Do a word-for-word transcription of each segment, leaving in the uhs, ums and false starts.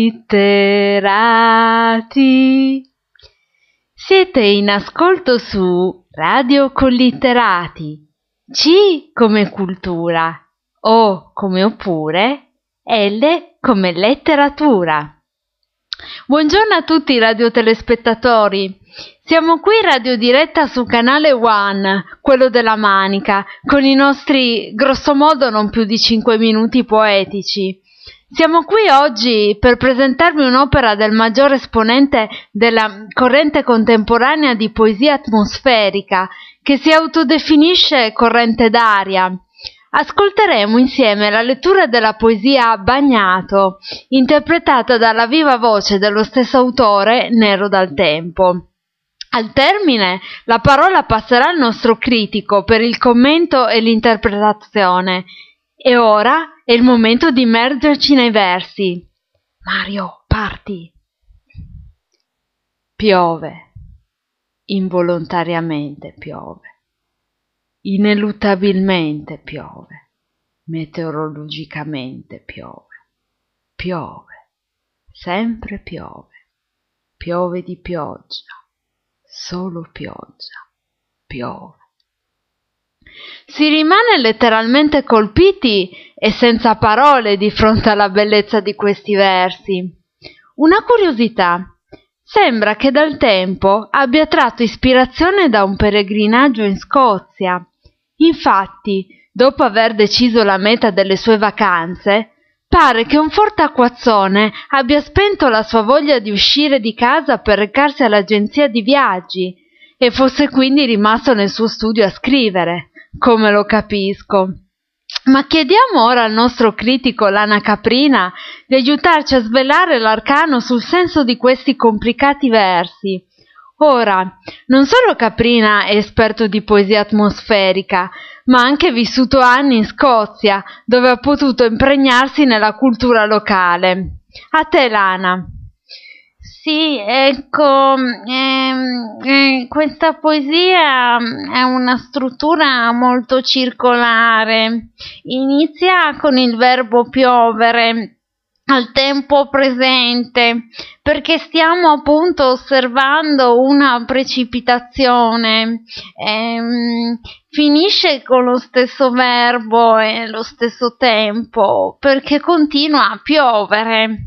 Collitterati. Siete in ascolto su Radio Collitterati. C come cultura, O come oppure, L come letteratura. Buongiorno a tutti i radiotelespettatori. Siamo qui in radiodiretta su canale One, quello della Manica, con i nostri grossomodo non più di cinque minuti poetici. Siamo qui oggi per presentarvi un'opera del maggiore esponente della corrente contemporanea di poesia atmosferica, che si autodefinisce corrente d'aria. Ascolteremo insieme la lettura della poesia Bagnato, interpretata dalla viva voce dello stesso autore, Nero dal Tempo. Al termine, la parola passerà al nostro critico per il commento e l'interpretazione. E ora è il momento di immergerci nei versi. Mario, parti. Piove. Involontariamente piove. Ineluttabilmente piove. Meteorologicamente piove. Piove. Sempre piove. Piove di pioggia. Solo pioggia. Piove. Si rimane letteralmente colpiti e senza parole di fronte alla bellezza di questi versi. Una curiosità. Sembra che Dal Tempo abbia tratto ispirazione da un peregrinaggio in Scozia. Infatti, dopo aver deciso la meta delle sue vacanze, pare che un forte acquazzone abbia spento la sua voglia di uscire di casa per recarsi all'agenzia di viaggi e fosse quindi rimasto nel suo studio a scrivere. Come lo capisco. Ma chiediamo ora al nostro critico Lana Caprina di aiutarci a svelare l'arcano sul senso di questi complicati versi. Ora, non solo Caprina è esperto di poesia atmosferica, ma ha anche vissuto anni in Scozia, dove ha potuto impregnarsi nella cultura locale. A te, Lana. Sì, ecco, ehm, eh, questa poesia è una struttura molto circolare. Inizia con il verbo piovere al tempo presente, perché stiamo appunto osservando una precipitazione. Ehm, finisce con lo stesso verbo e lo stesso tempo, perché continua a piovere.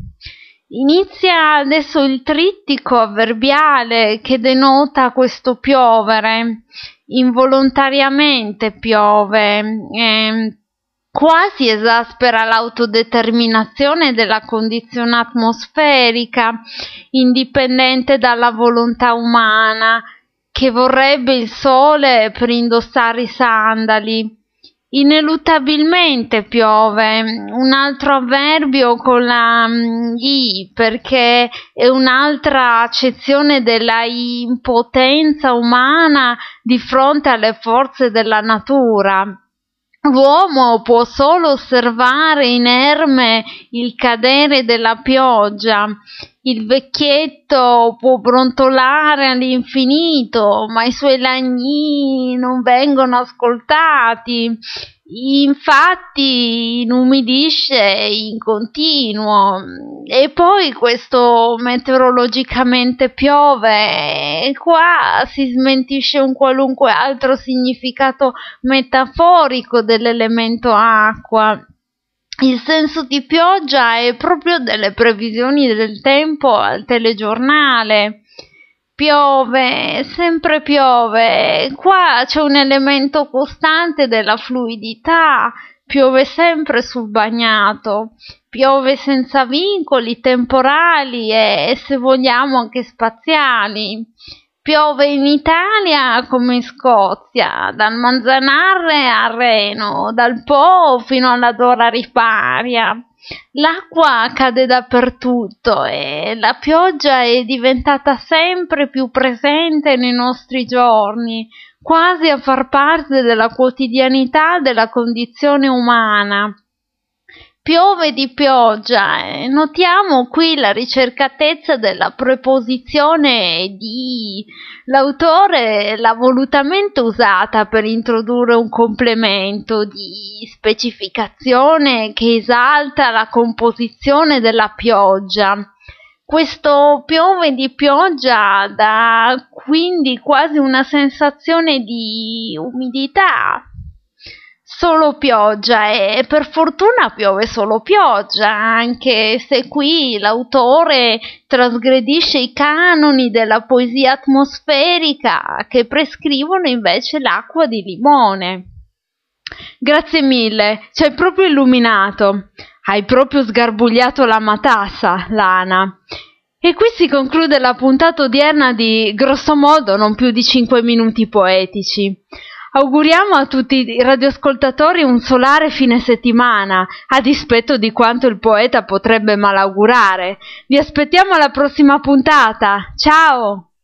Inizia adesso il trittico avverbiale che denota questo piovere. Involontariamente piove, eh, quasi esaspera l'autodeterminazione della condizione atmosferica, indipendente dalla volontà umana, che vorrebbe il sole per indossare i sandali. Ineluttabilmente piove, un altro avverbio con la mm, i, perché è un'altra accezione della impotenza umana di fronte alle forze della natura. L'uomo può solo osservare inerme il cadere della pioggia. Il vecchietto può brontolare all'infinito, ma i suoi lagni non vengono ascoltati. Infatti inumidisce in continuo. E poi questo meteorologicamente piove, e qua si smentisce un qualunque altro significato metaforico dell'elemento acqua. Il senso di pioggia è proprio delle previsioni del tempo al telegiornale. Piove, sempre piove, qua c'è un elemento costante della fluidità, piove sempre sul bagnato, piove senza vincoli temporali e, se vogliamo, anche spaziali. Piove in Italia come in Scozia, dal Manzanarre a Reno, dal Po fino alla Dora Riparia. L'acqua cade dappertutto e la pioggia è diventata sempre più presente nei nostri giorni, quasi a far parte della quotidianità della condizione umana. piove di pioggia. Eh, notiamo qui la ricercatezza della preposizione di. L'autore l'ha volutamente usata per introdurre un complemento di specificazione che esalta la composizione della pioggia. Questo piove di pioggia dà quindi quasi una sensazione di umidità. Solo pioggia, e per fortuna piove solo pioggia, anche se qui l'autore trasgredisce i canoni della poesia atmosferica che prescrivono invece l'acqua di limone. Grazie mille, ci hai proprio illuminato, hai proprio sgarbugliato la matassa, Lana. E qui si conclude la puntata odierna di grossomodo non più di cinque minuti poetici. Auguriamo a tutti i radioascoltatori un solare fine settimana, a dispetto di quanto il poeta potrebbe malaugurare. Vi aspettiamo alla prossima puntata. Ciao!